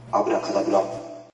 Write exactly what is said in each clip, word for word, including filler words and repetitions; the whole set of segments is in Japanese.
アブラカダブラ。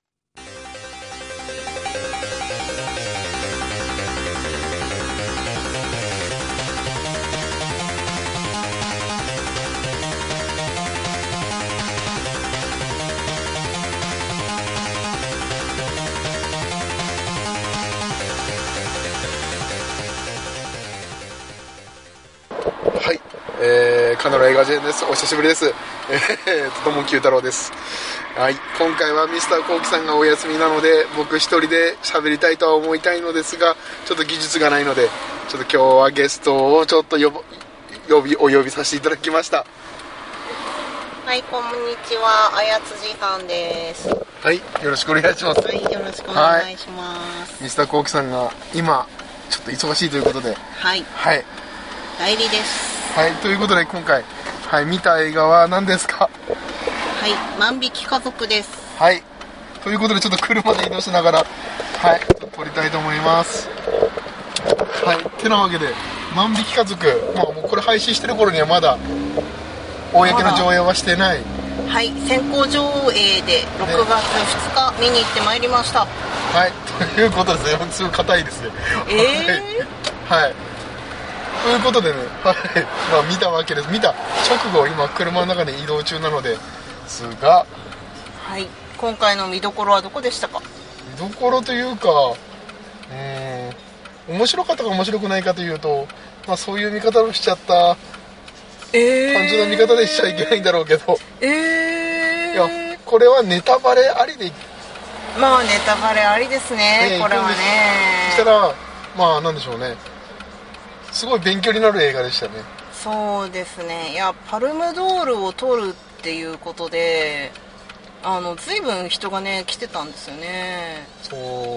はい、えー、カナロ映画ジェンです。お久しぶりです。えー、ともきゅうたろうです。はい、今回はミスターコウキさんがお休みなので、僕一人で喋りたいとは思いたいのですが、ちょっと技術がないので、ちょっと今日はゲストをちょっと呼ぼ呼びお呼びさせていただきました。 はい、こんにちは、あやつじさんです。 はい、よろしくお願いします。 はい、よろしくお願いします。 はい、ミスターコウキさんが今ちょっと忙しいということで、 はい、 はい、 代理です。 はい、ということで今回、はい、見た映画は何ですか？ はい、万引き家族です。 はい、ということでちょっと車で移動しながら、はい、撮りたいと思います。はい、てなわけで万引き家族、まあもうこれ配信してる頃にはまだ公の上映はしてない。 はい、先行上映でろくがつふつか見に行ってまいりました。 はい、ということですね。すごい硬いですね。 えー、 はい、ということでね、はい、まあ見たわけです。見た直後、今車の中で移動中なのですが、 はい、今回の見どころはどこでしたか？ 見どころというか、うーん、面白かったか面白くないかというと、まあそういう見方をしちゃった、 えー、 単純な見方でしちゃいけないんだろうけど、 えー、 いや、これはネタバレありで、 まあネタバレありですね、 ね、 これはね。 そしたら、まあなんでしょうね、すごい勉強になる映画でしたね。 そうですね。いや、パルムドールを取るっていうことで、あの随分人がね来てたんですよね。 そう、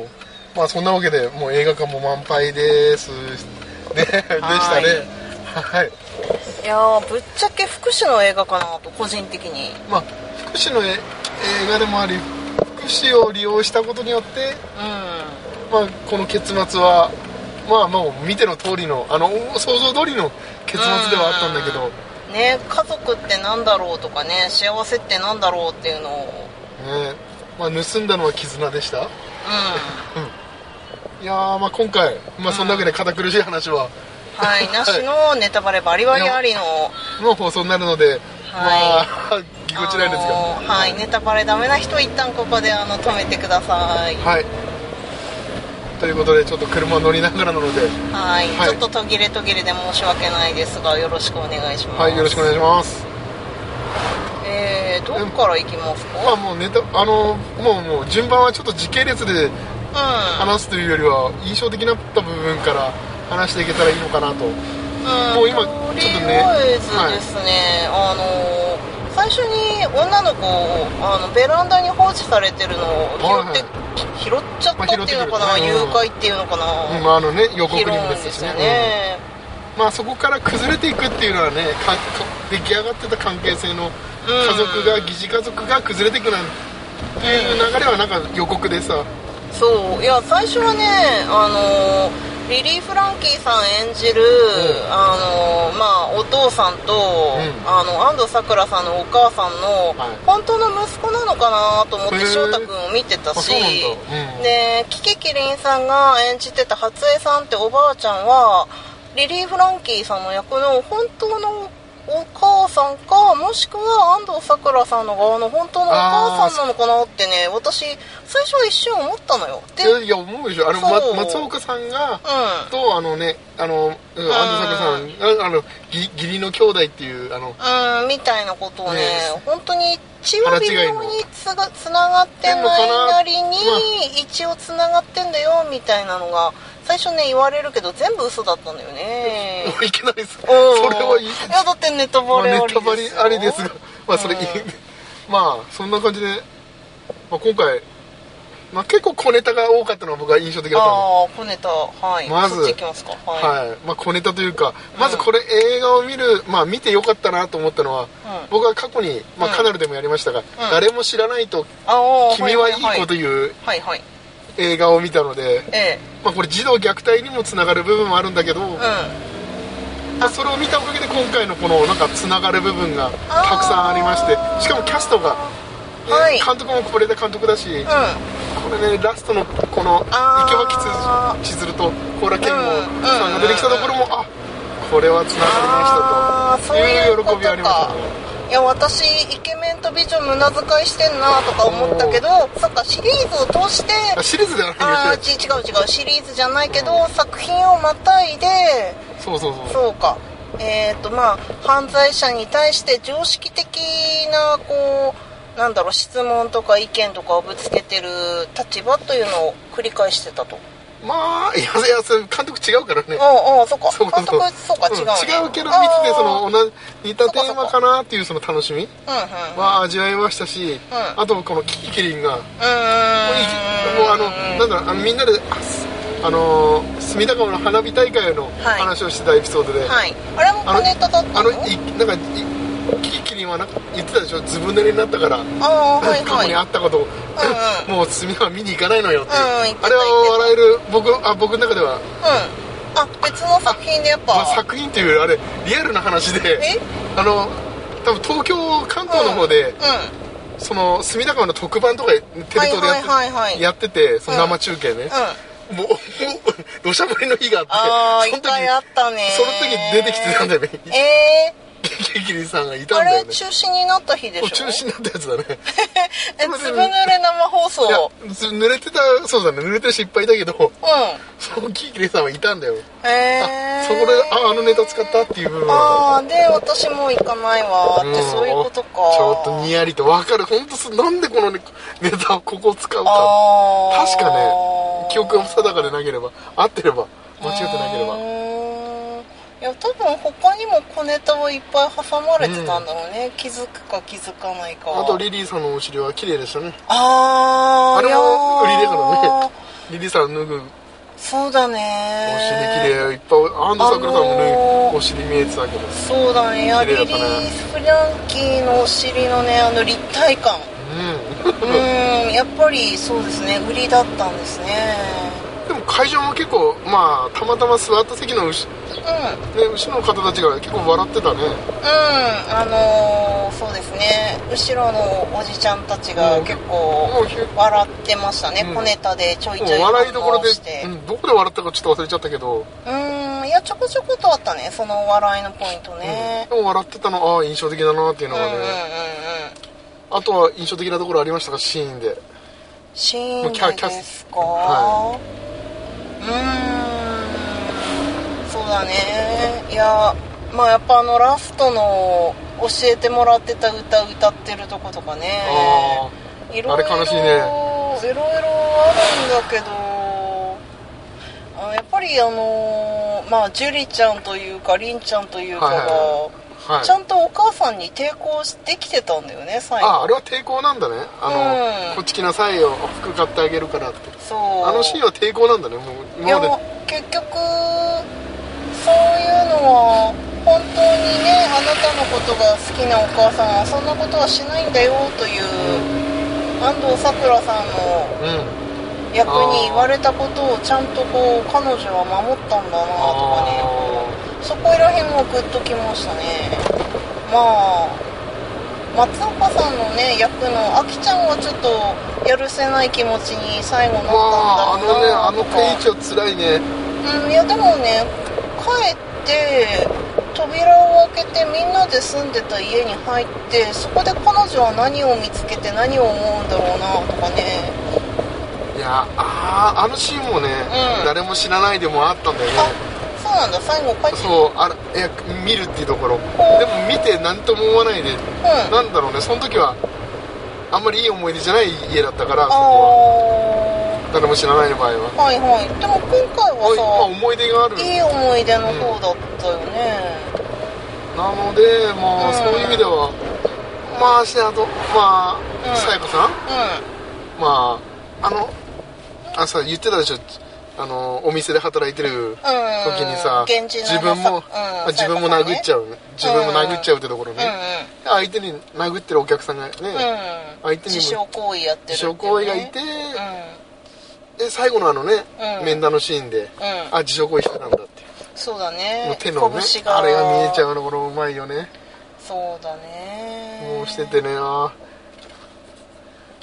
まあそんなわけでもう映画館も満杯ですね。でしたね。はい。 いやー、ぶっちゃけ福祉の映画かなと個人的に。 まあ福祉の映画でもあり、福祉を利用したことによって、うん、まあこの結末はまあもう見ての通りの、あの想像通りの結末ではあったんだけど。 ね、家族ってなんだろうとかね、幸せってなんだろうっていうのを、ね、 まあ、盗んだのは絆でした。うん、いやー、まあ今回、まあ、そんなわけで堅苦しい話は、 うん、はい、なしのネタバレバリバリありのの放送になるので、はい、まあぎこちないですが、 はい、ネタバレダメな人は一旦ここであの止めてください。 はい、ということでちょっと車乗りながらなので、 はい、はい、ちょっと途切れ途切れで申し訳ないですが、よろしくお願いします。 はい、よろしくお願いします。 えー、どこから行きますか？ まあもうネタ、あのもうもう順番はちょっと時系列で話すというよりは、印象的なった部分から話していけたらいいのかなと。うん、もう今ちょっとね、 とりあえずですね、はい、あの最初に女の子をあのベランダに放置されてるのを拾って、はいはい、拾っちゃったっていうのかな、まあね、誘拐っていうのかな、 うん、まああのね、予告にもですしね、 ね、 うん、まあそこから崩れていくっていうのはね、か出来上がってた関係性の家族が、うん、疑似家族が崩れていくなんていう流れはなんか予告でさ、 そう、いや最初はね、あのーリリー・フランキーさん演じる、うん、あのまあ、お父さんと、うん、あの安藤サクラさんのお母さんの、はい、本当の息子なのかなと思って翔太君を見てたし、うん、でキキキリンさんが演じてた初江さんっておばあちゃんはリリー・フランキーさんの役の本当のお母さんか、もしくは安藤サクラさんの側の本当のお母さんなのかなってね、私最初は一瞬思ったのよ。 で、いや思うでしょ、あの、ま、松岡さんが、うん、とあのね、あの、うん、安藤サクラさん、あの義理の兄弟っていうあの、 うん、みたいなことをね、ね、本当に血は微妙につがつながってないなりに、まあ、一応つながってんだよみたいなのが最初ね言われるけど全部嘘だったんだよね。 いけないです、うん、それはいい。いやだってネタバレありですよ、 まあ、ネタバレありですが、まあそれ、うん、まあそんな感じで、まあ、今回、まあ、結構小ネタが多かったのが僕は印象的だったの。 ああ、小ネタ、はい、 まずそっち行きますか、はい、 はい、まあ、小ネタというか、まずこれ映画を見る、まあ見てよかったなと思ったのは、うん、僕は過去に、まあ、カナルでもやりましたが、うん、誰も知らないと君はいい子という映画を見たので、ええ、まあ、これ児童虐待にもつながる部分もあるんだけど、うん、まあ、それを見たおかげで今回のこのなんかつながる部分がたくさんありまして、しかもキャストがはい、 監督も是枝監督だし、うん、これねラストのこの池脇千鶴と高良健吾さんが出てきたところも、あ、これはつながりましたという喜びはありましたね。 いや、私イケメンと美女無駄遣いしてんなとか思ったけど、そっか、シリーズを通して、 シリーズではないあち違う違うシリーズじゃないけど、うん、作品をまたいで、 そうそうそうそうか、えっとまあ犯罪者に対して常識的なこうなんだろう質問とか意見とかをぶつけてる立場というのを繰り返してたと。 まあいやいやそれ監督違うからね。 ああそっか、監督そうか違う、ね、 うん、違うけど見ててその同じ似たテーマかなっていうその楽しみは味わいましたし、うん、あとこのキキキリンがもうあのなんだろうあのみんなであの隅田川の花火大会の話をしてたエピソードで、はいはい、あれも小ネタだったの？ あのいなんかキキキリンはなんか言ってたでしょ、ずぶ濡れになったからあ、はいはい、 過去にあったことを、うんうん、もう隅田川見に行かないのよって、うん、 あれは笑える僕あ僕の中では、うん、 あ別の作品でやっぱ、 まあ、作品っていうよりあれリアルな話であの多分東京関東の方で、うんうん、その隅田川の特番とかテレ東でやって、はいはいはいはい、やっててその生中継ね、うん、もう土砂降りの日があってあその時いっかいあったねその時出てきてたんだよね。 えーキキリンさんがいたんだよね。 あれ中止になった日でしょ。 中止になったやつだね。 え、ずぶ濡れ生放送。いや濡れてた、そうだね、濡れてる人いっぱいいたけど、うん、そのキキリンさんはいたんだよ。 へえー、 あ、そこでああのネタ使ったっていう部分は。ああ、で私も行かないわって、うん、そういうことか。 ちょっとにやりと分かる。本当なんでこのネタをここ使うか。確かね、記憶が定かでなければ、合ってれば、間違ってなければ。 いや多分他にも小ネタはいっぱい挟まれてたんだろうね、うん、気づくか気づかないか。 あとリリーさんのお尻は綺麗でしたね。 あーあれも売りだからね。リリーさん脱ぐそうだねお尻綺麗いっぱい安藤サクラさんもね、お尻見えてたけどそうだね、ね、リリー・フランキーのお尻のねあの立体感うん、うんやっぱりそうですね売りだったんですね。 でも会場も結構まあたまたま座った席の後、うんね、後ろの方たちが結構笑ってたね。うんあのー、そうですね後ろのおじちゃんたちが結構笑ってましたね、うん、小ネタでちょいちょい笑いどころで、うん、どこで笑ったかちょっと忘れちゃったけどうんいやちょこちょことあったねその笑いのポイントね、 うん、でも笑ってたのああ印象的だなっていうのがね、うんうんうんうん、あとは印象的なところありましたかシーンで。 シーンでですか、 はいうーんそうだねいやまあやっぱあのラストの教えてもらってた歌歌ってるとことかねあいろいろあれ悲しいねいろいろあるんだけどあやっぱりあのまあジュリちゃんというかリンちゃんというかが、はいはいはい、ちゃんとお母さんに抵抗できてたんだよね最後。 ああれは抵抗なんだねあの、うん、こっち来なさいよ服買ってあげるからってそうあのシーンは抵抗なんだねもう今まで。いや結局そういうのは本当にねあなたのことが好きなお母さんはそんなことはしないんだよという、うん、安藤サクラさんの役に言われたことをちゃんとこう彼女は守ったんだなとかねそこら辺もグッときましたね。まあ松岡さんのね役のあきちゃんはちょっとやるせない気持ちに最後なったんだろうなあのねあのペイチは辛いね。 うんいやでもね帰って扉を開けてみんなで住んでた家に入ってそこで彼女は何を見つけて何を思うんだろうなとかね。 いやああのシーンもね、うん、誰も知らないでもあったんだよね。 そうなんだ最後帰ってそうあらいや見るっていうところでも見て何とも思わないで、うん、なんだろうねその時はあんまりいい思い出じゃない家だったからそこは誰も知らないの場合ははいはいでも今回はさ、 まあ、思い出があるいい思い出の方だったよね、 うん、なのでまあ、うん、そういう意味ではまあしてあとまあさやかさん、うん、まああのあさ言ってたでしょあのお店で働いてる時にさ、うん、自分も、うん、自分も殴っちゃう、ね、自分も殴っちゃうってところね、うんうん、相手に殴ってるお客さんがね、うん、相手にも自傷行為やってるって、ね、 自傷行為がいて、うん、で最後のあのね、うん、面談のシーンで、うん、あ自傷行為してたんだってそうだねもう手のねあれが見えちゃうのこのうまいよねそうだねもうしててねあ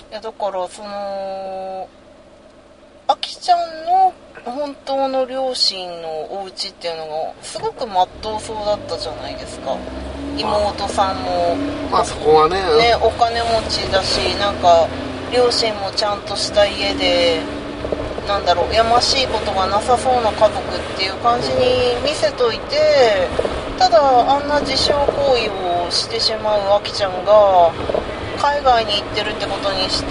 いやだからそのあきちゃんの本当の両親のお家っていうのがすごくまっとうそうだったじゃないですか。妹さんもまあそこはねねお金持ちだし、なんか両親もちゃんとした家で、なんだろう、やましいことがなさそうな家族っていう感じに見せといて、ただあんな自傷行為をしてしまうあきちゃんが海外に行ってるってことにして、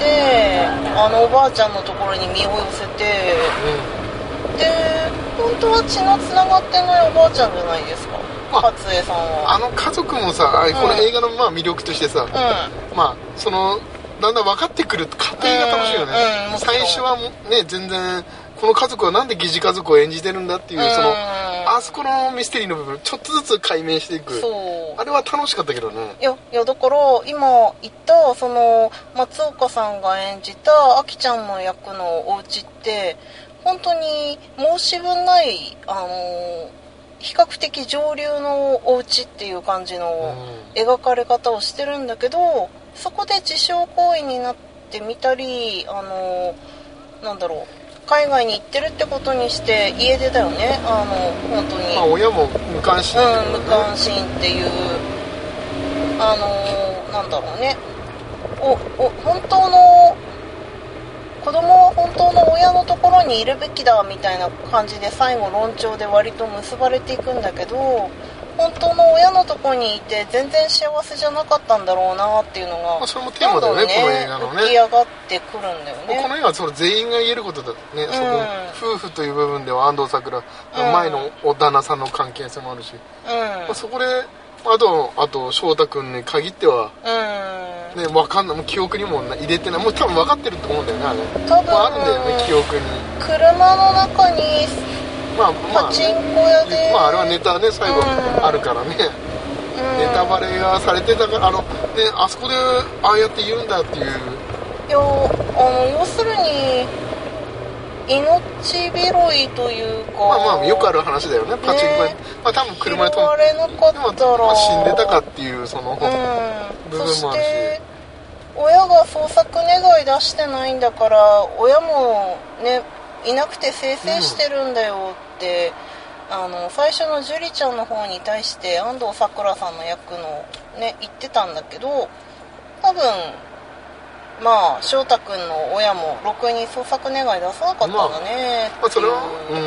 あのおばあちゃんのところに身を寄せて、うん、で本当は血のつながってないおばあちゃんじゃないですか、勝江さんは。あの家族もさ、うん、この映画のまあ魅力としてさ、うん、まあそのだんだん分かってくる過程が楽しいよね、うんうん、最初はね全然この家族はなんで疑似家族を演じてるんだっていう、そのあそこのミステリーの部分ちょっとずつ解明していく、そうあれは楽しかったけどね。 いやいやだから今言ったその松岡さんが演じたあきちゃんの役のお家って本当に申し分ないあの比較的上流のお家っていう感じの描かれ方をしてるんだけど、そこで自傷行為になってみたり、あのなんだろう海外に行ってるってことにして家出だよね、あの本当に、 まあ、親も無関心、 ね、うん、無関心っていう、あのなんだろうね、おお本当の子供は本当の親のところにいるべきだみたいな感じで最後論調で割と結ばれていくんだけど、本当の親のところにいて全然幸せじゃなかったんだろうなっていうのが、 まあ、それもテーマだよね、この映画のね浮き上がってくるんだよね。 この映画はその全員が言えることだね、うん、そこ夫婦という部分では安藤サクラの前のお旦那さんの関係性もあるし、うんまあ、そこであとあと翔太君に限っては、うんね、分かんない、もう記憶にも入れてない、もう多分分かってると思うんだよね、あれ多分、まあ、あるんだよね記憶に。 車の中にまあまあ、パチンコ屋で、 まああれはネタね最後あるからね、うん、ネタバレがされてたからあの、ね、あそこでああやって言うんだっていう。 いやあの要するに命拾いというか、 まあまあよくある話だよね、パチンコ屋、ね、まあ多分車で止まれなかったら、 まあ、死んでたかっていうその、うん、部分もあるし、そして親が捜索願い出してないんだから親もねいなくてせいせいしてるんだよって、うん、あの最初の樹里ちゃんの方に対して安藤サクラさんの役のね言ってたんだけど、多分まあ翔太君の親もろくに捜索願い出さなかったんだね、 まあ、まあそれは、うん、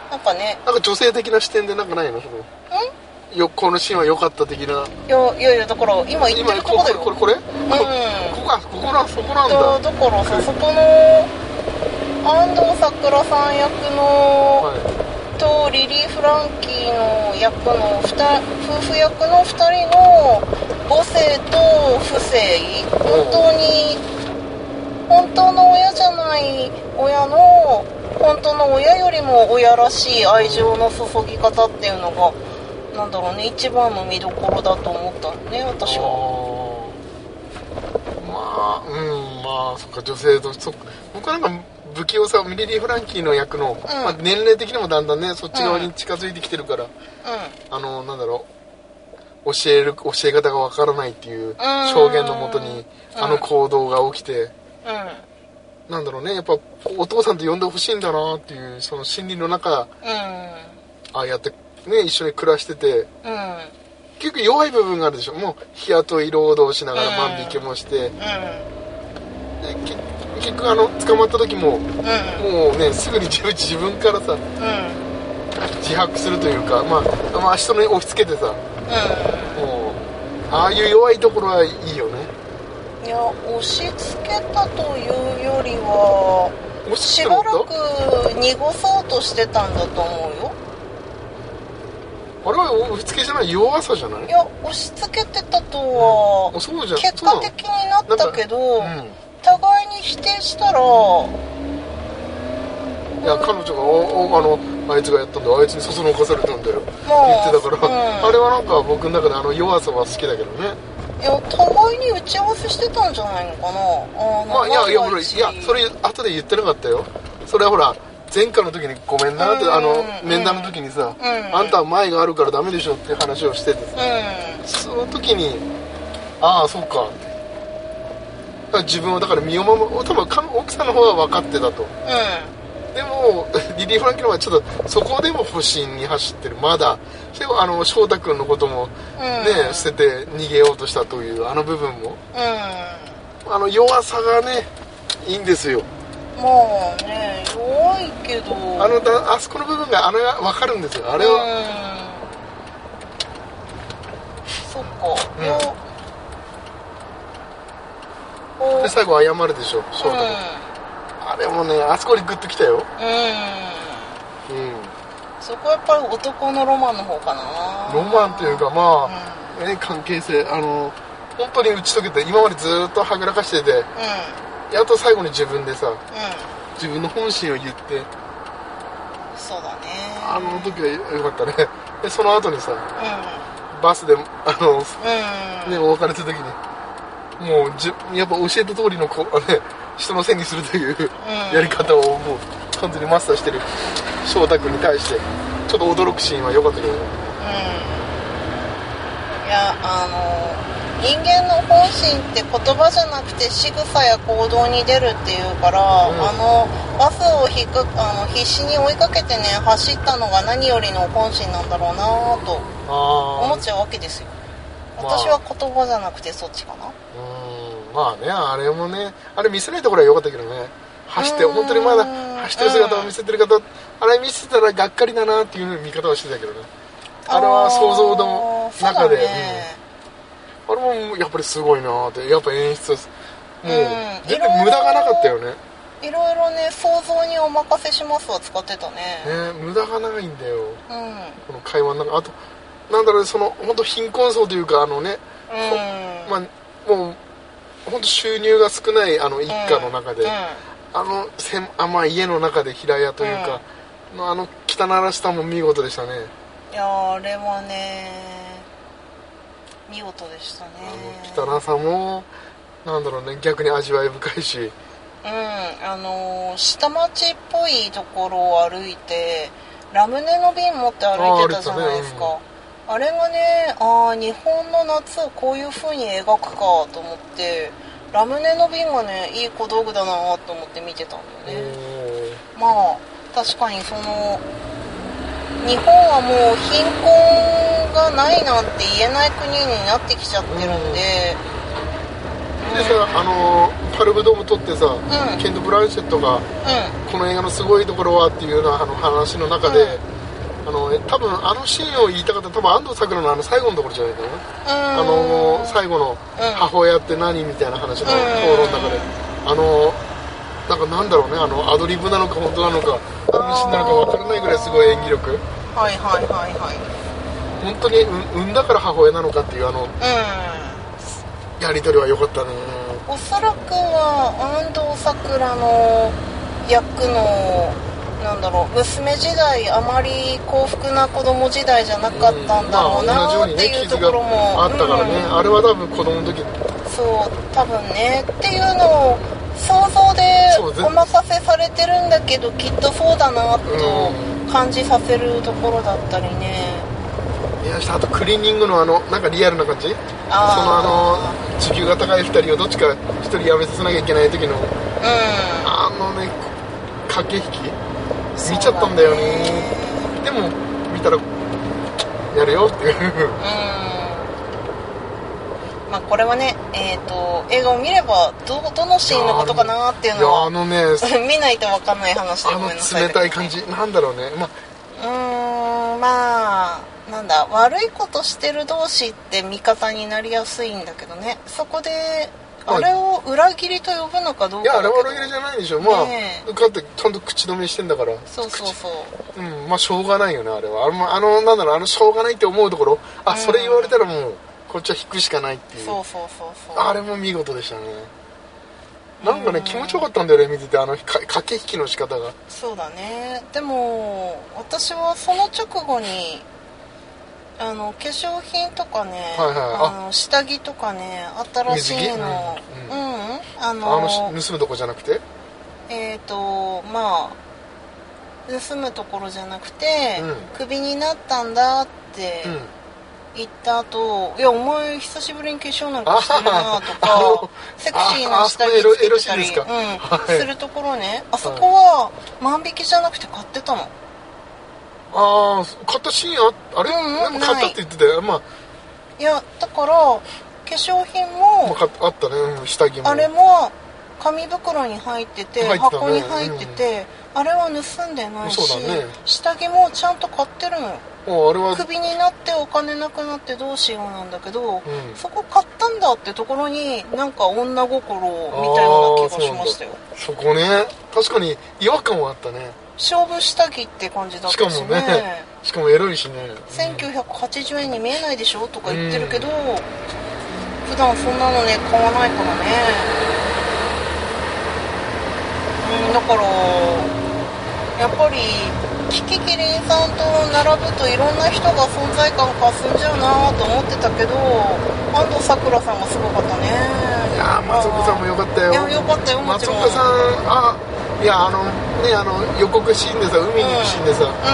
なんかねなんか女性的な視点でなんかないのそのんよこのシーンは良かった的な。 いやいやいやだから今言ってるとこだよ。 これこれこれ、うん、ここかここなそこなんだ。 だからさそこの安藤サクラさん役の、はい、とリリー・フランキーの役の夫婦役のふたりの母性と不正、本当に本当の親じゃない親の本当の親よりも親らしい愛情の注ぎ方っていうのがなんだろうね一番の見どころだと思ったね私は。 まあうんまあそっか女性とそ僕はなんか不器用さミリリー・フランキーの役の、うんまあ、年齢的にもだんだんねそっち側に近づいてきてるから、うん、あのなんだろう教える教え方がわからないっていう証言のもとにあの行動が起きて、うん、なんだろうねやっぱお父さんと呼んでほしいんだなっていうその心理の中、うん、ああやってね一緒に暮らしてて、うん、結構弱い部分があるでしょ。もう日雇い労働しながら万引きもして、うん、で結局あの捕まった時も、うん、もうねすぐに自分自分からさ、うん、自白するというか、まあ、まあ人に押し付けてさ、うん、もうああいう弱いところはいいよね。 いや押し付けたというよりはしばらく濁そうとしてたんだと思うよ。 あれは押し付けじゃない弱さじゃない？ いや押し付けてたとは、うん、そうじゃ結果的になったけど、互いに否定したらいや彼女がおおあのあいつがやったんだあいつにそそのかされたんだよ、まあ、言ってたから、うん、あれはなんか僕の中であの弱さは好きだけどね。 いや互いに打ち合わせしてたんじゃないのかな。あまあいやいやほらいやそれ後で言ってなかったよ。それはほら前回の時にごめんなって、うん、あの面談の時にさ、うん、あんたは前があるからダメでしょって話をしててさ、うん、その時にああそうかって自分をだから身を守る、多分奥さんの方は分かってたと、うん、でもリリー・フランキーの方はちょっとそこでも保身に走ってる、まだでもあの翔太君のこともね、うん、捨てて逃げようとしたというあの部分も、うん、あの弱さがねいいんですよ。 もうね弱いけどあのだあそこの部分があれは分かるんですよ、あれは、 うん、そっか、 うん、で最後謝るでしょ翔太君、うん、あれもねあそこにグッときたよ、うん、うん、 そこはやっぱり男のロマンの方かな。 ロマンというかまあ、うんね、関係性あの本当に打ち解けて今までずっとはぐらかしてて、うん、やっと最後に自分でさ、うん、自分の本心を言って、 そうだね、 あの時はよかったね。でその後にさ、うん、バスであの、うんね、お別れする時にもうじやっぱ教えた通りのこ、ね、人のせいにするという、うん、やり方をもう完全にマスターしてる翔太君に対してちょっと驚くシーンは良かったけどね、 うん、いやあの人間の本心って言葉じゃなくて仕草や行動に出るっていうから、うん、あのバスをひくあの必死に追いかけてね走ったのが何よりの本心なんだろうなと思っちゃうわけですよ。私は言葉じゃなくてそっちかな。 うんまあねあれもねあれ見せないところは良かったけどね、走って本当にまだ走ってる姿を見せてる方、あれ見せたらがっかりだなっていう見方はしてたけどね、あれは想像の中で、あれもやっぱりすごいなって、やっぱ演出もう全然無駄がなかったよね。 いろいろね想像にお任せしますは使ってたね。 ね無駄がないんだよ、うん、この会話の中。あとなんだろうその本当貧困層というかあのね、うんまあ、もう本当収入が少ないあの一家の中で、うんうん、あのせんあ、まあ、家の中で平屋というか、うん、あの汚らしさも見事でしたね。 いやあれはね見事でしたね。 あの汚さもなんだろうね逆に味わい深いし、うんあのー、下町っぽいところを歩いてラムネの瓶持って歩いてたじゃないですか。 あ, あ, ね、うん、あれがねあ日本の夏をこういう風に描くかと思ってラムネの瓶がねいい小道具だなと思って見てたんだよね。まあ確かにその日本はもう貧困がないなんて言えない国になってきちゃってるんで、うん、 でさあのパルムドーム撮ってさ、うん、ケント・ブランシェットが、うん、この映画のすごいところはっていうようなあの話の中で、うん、あの多分あのシーンを言いたかった多分安藤サクラのあの最後のところじゃないかな、うん、あの最後の母親って何みたいな話の討論の中で、あのなんかなんだろうねあのアドリブなのか本当なのか本心なのか分からないぐらいすごい演技力、 はいはいはいはい、 本当に産んだから母親なのかっていうあの、うん、やり取りは良かったね。 おそらくは安藤サクラの役のなんだろう娘時代あまり幸福な子供時代じゃなかったんだろうなっていうところも、 あったからね、うん、あれは多分子供の時そう多分ねっていうのを想像でお任せされてるんだけどきっとそうだなと感じさせるところだったりね。 いやあとクリーニングのあのなんかリアルな感じ、あそのあの時給が高いふたりをどっちかひとり辞めさせなきゃいけない時の、うん、あのね駆け引き見ちゃったんだよね。でも見たらやるよっていう、うんまあ、これはね、えーと、映画を見れば ど, どのシーンのことかなっていうのはあの、ね、 見ないと分かんない話でごめんなさい、 あの冷たい感じなんだろうね、まあ、うーんまあなんだ悪いことしてる同士って味方になりやすいんだけどね、そこであれを裏切りと呼ぶのかどうかだけど、いやあれは裏切りじゃないでしょ、まあ、ね、だってちゃんと口止めしてんだから、 そうそうそう、 うん、まあしょうがないよねあれは、あの、あのなんだろうあのしょうがないって思うところ、あ、うん、それ言われたらもうこっちは引くしかないっていう、 そうそうそうそう、 あれも見事でしたね。なんかね、うん、気持ちよかったんだよね見てて、あの駆け引きの仕方が。 そうだね。でも私はその直後にあの化粧品とかね、はいはい、あの下着とかね新しいの、うん、うん、あのあの盗むとこじゃなくて、 えっ、ー、とまあ盗むところじゃなくて、うん、クビになったんだって行った後、いやお前久しぶりに化粧なんかしてるなとかセクシーな下着つけてたり、うんはい、するところね、あそこは万引きじゃなくて買ってたの。ああ買ったシーンああれ、うんうん、買ったって言ってたよ。まあいやだから化粧品も、 まあ、あったね、うん、下着もあれも紙袋に入ってて、ね、箱に入ってて、うん、あれは盗んでないし、そうだね、下着もちゃんと買ってるのよ。あれはクビになってお金なくなってどうしようなんだけど、うん、そこ買ったんだってところになんか女心みたいな気がしましたよ。 そ, そこね確かに違和感はあったね。 勝負下着って感じだったしね。 しかもねしかもエロいしね、うん、 せんきゅうひゃくはちじゅうえんに見えないでしょとか言ってるけど、うん、普段そんなのね買わないからね。うんだからやっぱりキキキリンさんと並ぶといろんな人が存在感増すんじゃうなと思ってたけど、安藤サクラさんがすごかったね。 いや松岡さんもよかったよ。 いやよかったよもちろん。 松岡さんあいやあのねあの予告シーンでさ海に行くシーンでさ、うんうん、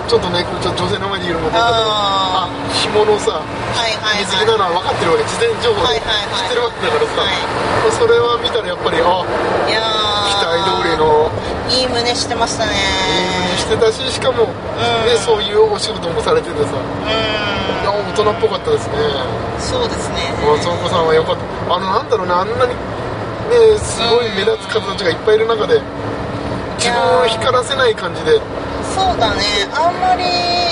ちょっとねちょっと女性の前で言うのもなんだけどあ紐のさ、はいはいはい、水着なのは分かってるわけ、事前情報で知ってるわけだからさ、はいはいはい、それは見たらやっぱりあいや期待通りのいい胸してましたね。 いい胸してたししかも、うんね、そういうお仕事もされててさ、うん、いや大人っぽかったですね。 そうですね。 松岡さんはよかった。あのなんだろうねあんなにねすごい目立つ方たちがいっぱいいる中で自分を光らせない感じで。 そうだねあんまり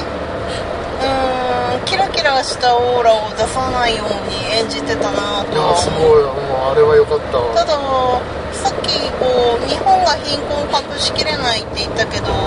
うーんキラキラしたオーラを出さないように演じてたなと。 いやすごいもうあれは良かったわ。 たださっきこう日本が貧困を隠しきれないって言ったけど、うん、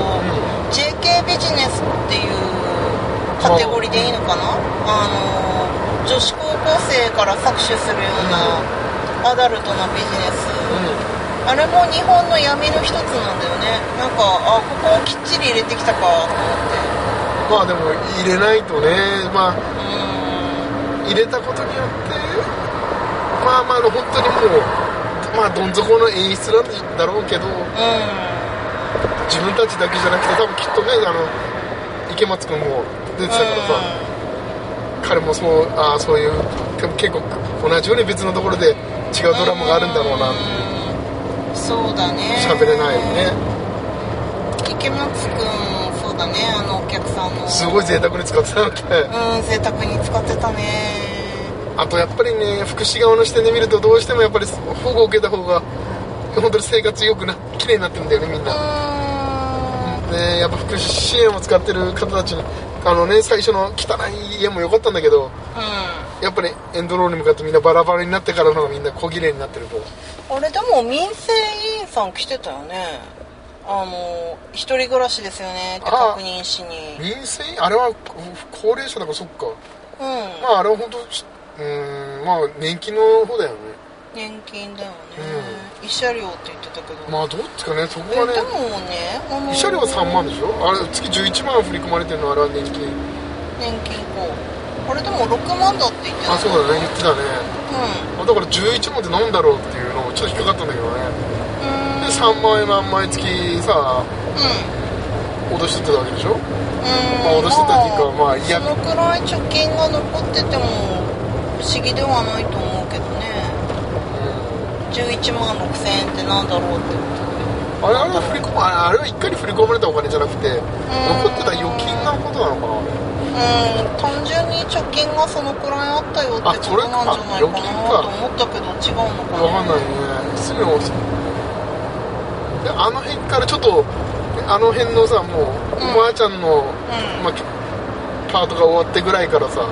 ジェーケー ビジネスっていうカテゴリーでいいのかな、あの女子高校生から搾取するようなアダルトなビジネス、うん、あれも日本の闇の一つなんだよね。なんかあここをきっちり入れてきたかと思って。 まあでも入れないとねまあうん入れたことによってまあまあ本当にもうまあどん底の演出なんだろうけど、うん、自分たちだけじゃなくて多分きっとねあの池松君も出てたからさ、うん、彼もそうあそういう結構同じように別のところで違うドラマがあるんだろうなっていう、 うん、そうだね喋れないよね。 池松君そうだねあのお客さんのすごい贅沢に使ってたわけ。 うん贅沢に使ってたね。 あとやっぱりね福祉側の視点で見るとどうしてもやっぱり保護を受けた方が本当に生活良くな綺麗になってるんだよねみんな。ねやっぱ福祉支援を使ってる方たちにあのね最初の汚い家も良かったんだけど、うん、やっぱりエンドロールに向かってみんなバラバラになってからのがみんな小綺麗になってると。 あれでも民生委員さん来てたよね。あの一人暮らしですよねって確認しに。 民生あれは高齢者だからそっか。うん、まああれは本当うんまあ年金の方だよね。 年金だよね、うん、慰謝料って言ってたけどまあどっちかねそこはね。 でもね、あのー、 慰謝料はさんまんでしょあれ月じゅういちまん振り込まれてるのあれは年金年金こうあれでもろくまんだって言ってた。 あそうだね言ってたね、うん、だからじゅういちまんってなんだろうっていうのをちょっと引っかかったんだけどね。でさんまんえんは毎月さ、うん、脅しとったわけでしょ。うん、まあ、脅しとったっていうか、まあ、いやそのくらい貯金が残ってても不思議ではないと思うけどね、うん、じゅういちまんろくせんえんってなんだろうってあれあれは振り込まあれは一回に振り込まれたお金じゃなくて残ってた預金のことなのかな。うん単純に貯金がそのくらいあったよってことなんじゃないかなと思ったけど違うのかな。 分かんないねすぐにであの辺からちょっとあの辺のさもう、うん、おばあちゃんの、うんまあ、パートが終わってぐらいからさ、うん、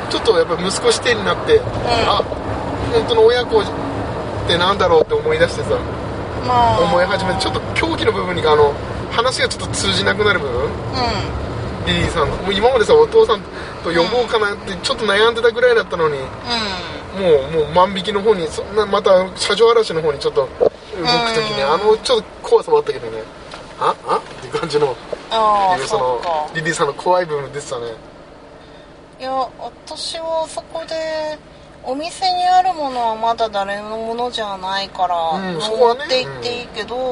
ちょっとやっぱ息子視点になって、うん、あ本当の親子ってなんだろうって思い出してさ、まあ、思い始めてちょっと狂気の部分にあの話がちょっと通じなくなる部分、うん、リリーさんもう今までさお父さんと呼ぼうかなってちょっと悩んでたぐらいだったのに、うん、もうもう万引きの方にそんなまた車上荒らしの方にちょっと動く時にあのちょっと怖さもあったけどねああっていう感じのあそのリリーさんの怖い部分出てたね。 いや私はそこでお店にあるものはまだ誰のものじゃないから、うん、持って行っていいけど、うん、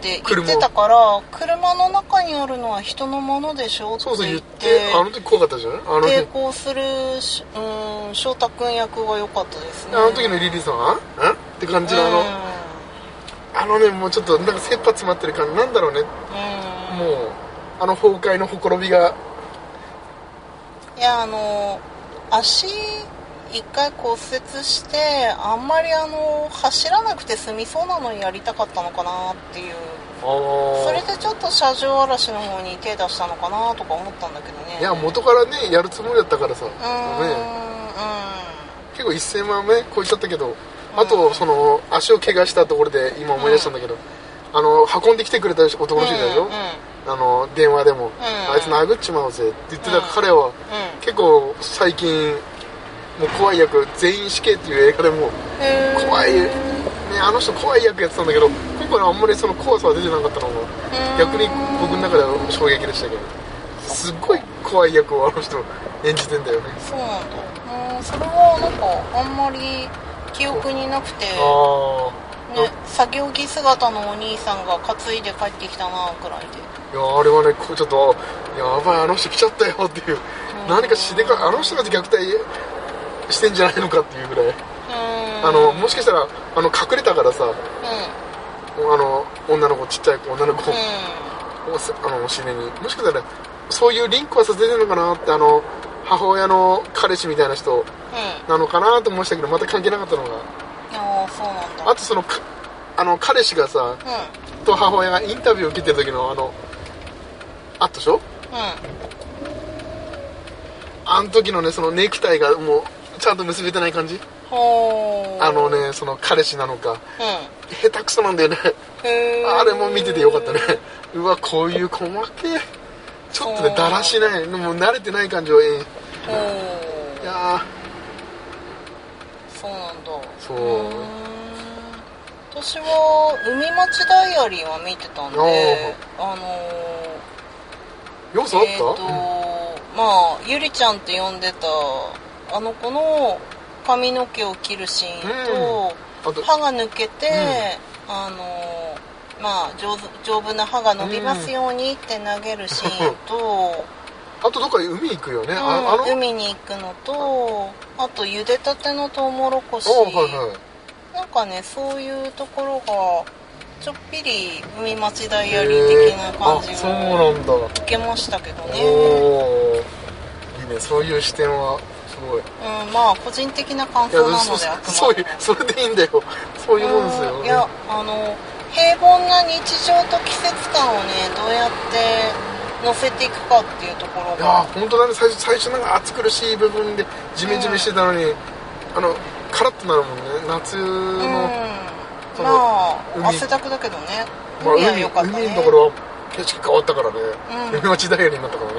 って言ってたから、車の中にあるのは人のものでしょって言って、そうそう言って、 あの時怖かったじゃん。あの抵抗する、うん、翔太くん役が良かったですね。 あの時のリリーさんはんって感じのあの、あのね、もうちょっとなんか切羽詰まってる感じなんだろうね、うん、もうあの崩壊のほころびが。 いや、あの足一回骨折してあんまりあの走らなくて済みそうなのにやりたかったのかなっていう、それでちょっと車上荒らしの方に手出したのかなとか思ったんだけどね。 いや元からねやるつもりだったからさ、うん、ね、うん、結構せんまんめ超えちゃったけど、あとその足を怪我したところで今思い出したんだけど、うん、あの運んできてくれた男の人いたでしょ、うんうん、あの電話でも、うん、あいつ殴っちまうぜって言ってた彼は、うん、結構最近もう怖い役、全員死刑っていう映画でも怖い、ね、あの人怖い役やってたんだけど、今回はあんまりその怖さは出てなかったのが逆に僕の中では衝撃でしたけど、すっごい怖い役をあの人演じてんだよね。 そうなんだ。うん、それはなんかあんまり記憶になくて、あ、ね、作業着姿のお兄さんが担いで帰ってきたなくらいで、 いやあれはねちょっとやばい、あの人来ちゃったよっていう、何かしでかあの人たち虐待してんじゃないのかっていうぐらい、あのもしかしたらあの隠れたからさ、うん、あの女の子、ちっちゃい女の子、うん、あのお尻にもしかしたらそういうリンクはさせてるのかなって、あの母親の彼氏みたいな人なのかなと思いましたけど、また関係なかったのが、 あ, そうなんだ。 あとそのあの彼氏がさ、うん、と母親がインタビューを受けてる時のあのあったでしょ、うん、あの時のねそのネクタイがもうちゃんと結べてない感じ、あのねその彼氏なのか、うん、下手くそなんだよねあれも見ててよかったね。うわこういう細けちょっとねだらしない、もう慣れてない感じを、えー、いやそうなんだ。 そう、 私は海町ダイアリーは見てたんで、あのー、要素あった？ えーと、うん、まあゆりちゃんって呼んでたあの子の髪の毛を切るシーンと、うん、歯が抜けて、うん、あのまあ丈夫、丈夫な歯が伸びますようにって投げるシーンと、 あとどっか海行くよね、うん、 ああの海に行くのと、あと茹でたてのトウモロコシ、はいはい、なんかねそういうところがちょっぴり海町ダイアリー的な感じを受けましたけどね。 おいいね、そういう視点はすごい、 うん、まあ個人的な感想なので、あくまでそういう、それでいいんだよ、そういうもんですよ、 うん、いやあの平凡な日常と季節感をねどうやって乗せていくかっていうところが、いや本当だね、最初最初なんか暑苦しい部分でジメジメしてたのに、うん、あのカラッとなるもんね、夏の、うん、 まあ汗だくだけどね、 まあ、海は良かったね。海のところは景色変わったからね、うん、海町ダイアリーになったからね、うん、い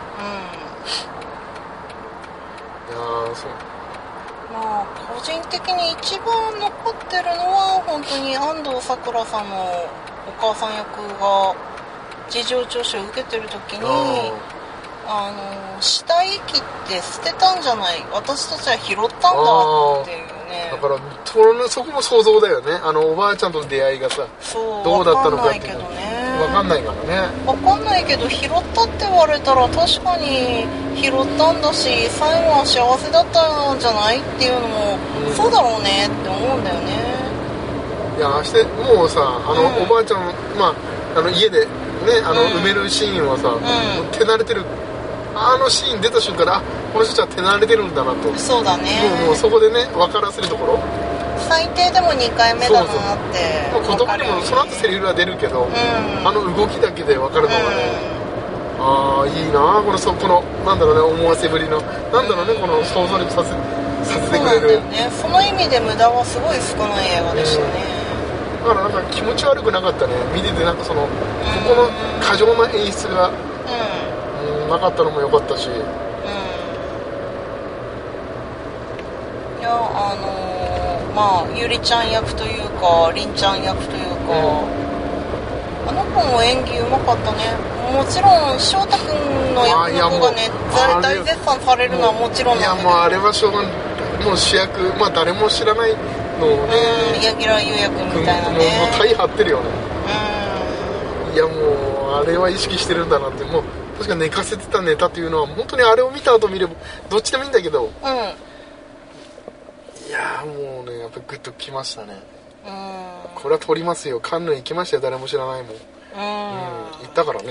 やそう、 まあ個人的に一番残ってるのは本当に安藤サクラさんのお母さん役が事情聴取を受けてる時に、あの死体遺棄って捨てたんじゃない、私たちは拾ったんだっていうね。 だからそこも想像だよね、あのおばあちゃんとの出会いがさ、 そうどうだったのかっていう分かんないけどね、 分かんないからね、 分かんないけど拾ったって言われたら確かに拾ったんだし、最後は幸せだったんじゃないっていうのも、うん、そうだろうねって思うんだよね。 いやしてもうさ、あの、うん、おばあちゃん、まあ、あの家でね、あの、うん、埋めるシーンはさ、うん、手慣れてる、あのシーン出た瞬間から、あ、この人たちは手慣れてるんだなと、 そうだね、 もう、もうそこでね分からせるところ、 最低でもにかいめだなってそうそう、まあ、言葉でもその後セリフが出るけど、うん、あの動きだけで分かるのがね、うん、ああいいなこの、そこのなんだろうね、思わせぶりのなんだろうね、この想像力させさせてくれる、 そうなんだよね、その意味で無駄はすごい少ない映画でしたね、 うん、だからなんか気持ち悪くなかったね、見てて、なんかその、うん、ここの過剰な演出が、うんうん、なかったのも良かったし、うん、いやあのー、まあゆりちゃん役というかりんちゃん役というか、うん、あの子も演技うまかったね。もちろん翔太君の役の子がね大絶賛されるのはもちろんなんだけど、 いやもうあれはしょうがない、もう主役、まあ誰も知らないのをね、 柳楽優弥君みたいなね、 もう体張ってるよね、 うん、 いやもうあれは意識してるんだなって。もう確か寝かせてたネタっていうのは本当にあれを見た後見ればどっちでもいいんだけど、うん、いやもうねやっぱグッときましたね。うん、これは撮りますよ。カンヌ行きましたよ。誰も知らないもん。うん、うん、行ったからね、うん、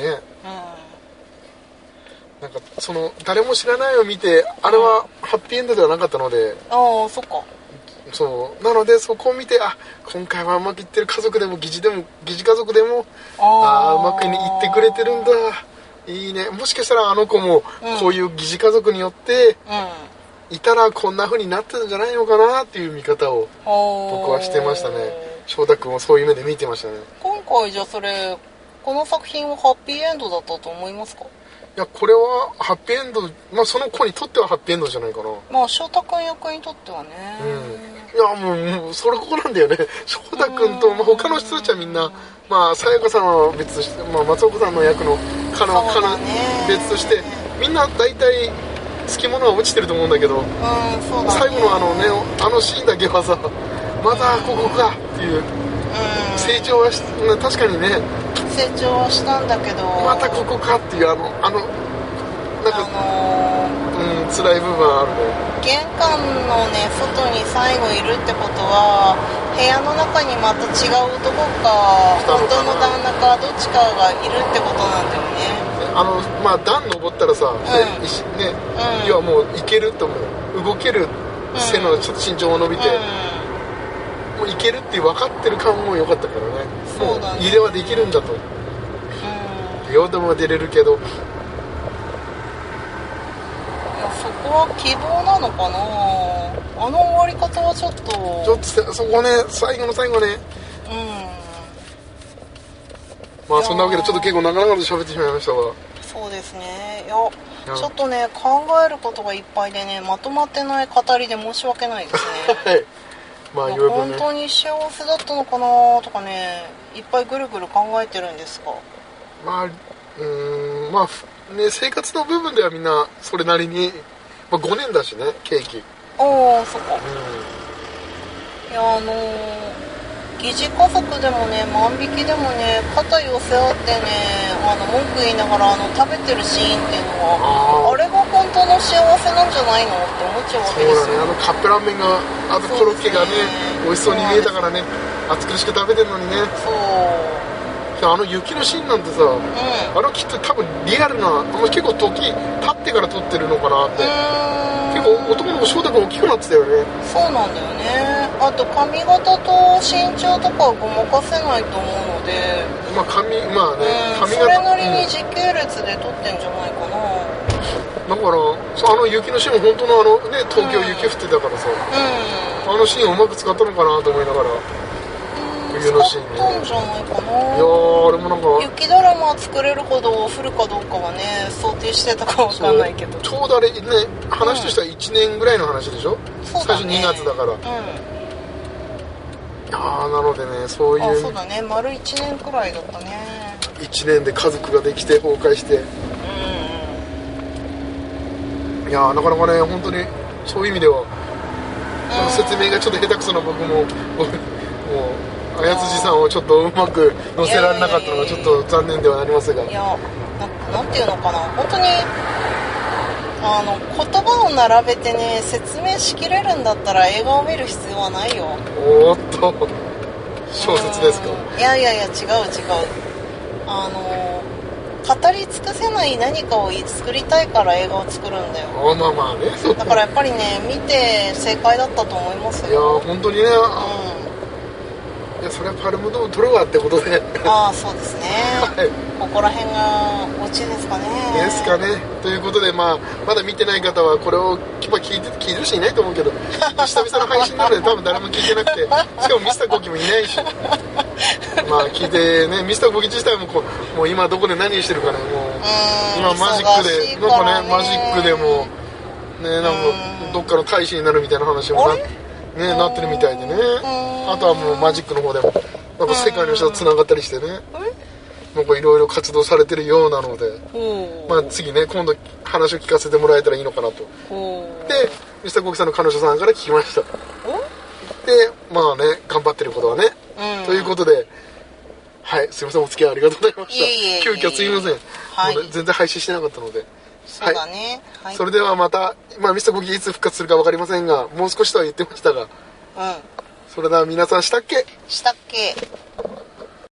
なんかその誰も知らないを見てあれはハッピーエンドではなかったので、うん、 ああそっか。 そうなのでそこを見て、あ今回はうまくいってる。家族でも疑似でも疑似家族でもああうまくいってくれてるんだ、いいね。もしかしたらあの子もこういう疑似家族によっていたらこんな風になってるんじゃないのかなっていう見方を僕はしてましたね。翔太君もそういう目で見てましたね。 今回じゃあそれこの作品はハッピーエンドだったと思いますか？いやこれはハッピーエンド、まあその子にとってはハッピーエンドじゃないかな。 まあ翔太君役にとってはね、 うん、いやもう、もうそれここなんだよね。翔太君と、まあ、他の人たちはみんなまあさやかさんは別として、まあ、松岡さんの役のかのかの別としてみんな大体つきものは落ちてると思うんだけど、うん、そうだね、最後のあのねあのシーンだけはさまたここかっていう、うん、成長はし確かにね成長はしたんだけどまたここかっていうあのあのなんか、あのー、うん、辛い部分はあるね。 玄関のね外に最後いるってことは部屋の中にまた違う男か本当の旦那かどっちかがいるってことなんだよね。 あのまあ段登ったらさ、うん、ね、うん、要はもういけると思う。動ける背のちょっと身長も伸びて、うん、もういけるって分かってる感も良かったからね。そうだね、もう入れはできるんだと、うん、両手も出れるけどそこは希望なのかな。あの終わり方はちょっとちょっとそこね最後の最後ね、うん、まあそんなわけでちょっと結構長々と喋ってしまいましたが、 そうですね。いやちょっとね考えることがいっぱいでねまとまってない語りで申し訳ないですね。はい、まあ、まあ本当に幸せだったのかなとかねいっぱいぐるぐる考えてるんですが、 まあうーんまあね、生活の部分ではみんなそれなりに、まあ、ごねんだしねケーキ。 ああそっか、うん、いやあのー、疑似家族でもね万引きでもね肩寄せ合ってねあの文句言いながらあの食べてるシーンっていうのは あ, あれが本当の幸せなんじゃないのって思っちゃうわけですよ。 そうだね、あのカップラーメンがあとコロッケがね美味しそうに見えたからね暑苦しく食べてるのにね。そうあの雪のシーンなんてさ、うん、あれはきっと多分リアルな結構時経ってから撮ってるのかなって。結構男の子翔太君大きくなってたよね。 そうなんだよね。あと髪型と身長とかはごまかせないと思うのでまあ髪まあね、 うん、髪型それなりに時系列で撮ってんじゃないかな、 うん、だからあの雪のシーンも本当のあのね東京雪降ってたからさ、うん、あのシーンをうまく使ったのかなと思いながら冬のシーンね。使ったんじゃないかな。 いやーあれもなんか雪だるま作れるほど降るかどうかはね想定してたかわかんないけどちょうどあれね話としてはいちねんぐらいの話でしょ、うん、そうだね、最初にがつだから、うん、ああなのでねそういうあそうだね丸いちねんくらいだったね。 いちねんで家族ができて崩壊して、うん、いやーなかなかね本当にそういう意味では、うん、説明がちょっと下手くそな僕ももう綾辻さんをちょっとうまく乗せられなかったのがちょっと残念ではありますが、いやな、なんていうのかな本当にあの言葉を並べてね説明しきれるんだったら映画を見る必要はないよ。 おーっと小説ですか。 いやいやいや違う違うあの語り尽くせない何かを作りたいから映画を作るんだよ。 あまあまあねだからやっぱりね見て正解だったと思いますよ。 いや本当にね、うんいやそれはパルムドーム取るわってことでああそうですね、はい、ここら辺がオチですかねですかねということで、まあ、まだ見てない方はこれを、まあ、聞いて聞いてる人いないと思うけど久々の配信なので多分誰も聞いてなくてしかもミスターコキもいないしまあ聞いてねミスターコキ自体もこうもう今どこで何してるかねもう今マジックでなんかねマジックでもねなんかどっかの大使になるみたいな話もなね、なってるみたいでね。あとはもうマジックの方でもなんか世界の人とつながったりしてねなんかいろいろ活動されてるようなので、まあ、次ね今度話を聞かせてもらえたらいいのかなと。でミスターコキさんの彼女さんから聞きました。でまあね頑張ってることはねということで、 はい、すいません、お付き合いありがとうございました。 いえいえいえいえ急遽すいません、 はい、 もうね、全然配信してなかったので。 そうだね、 はいはい、それではまた、まあ、ミスターコキいつ復活するか分かりませんが、もう少しとは言ってましたが、 うん、 それでは皆さん、したっけしたっけ。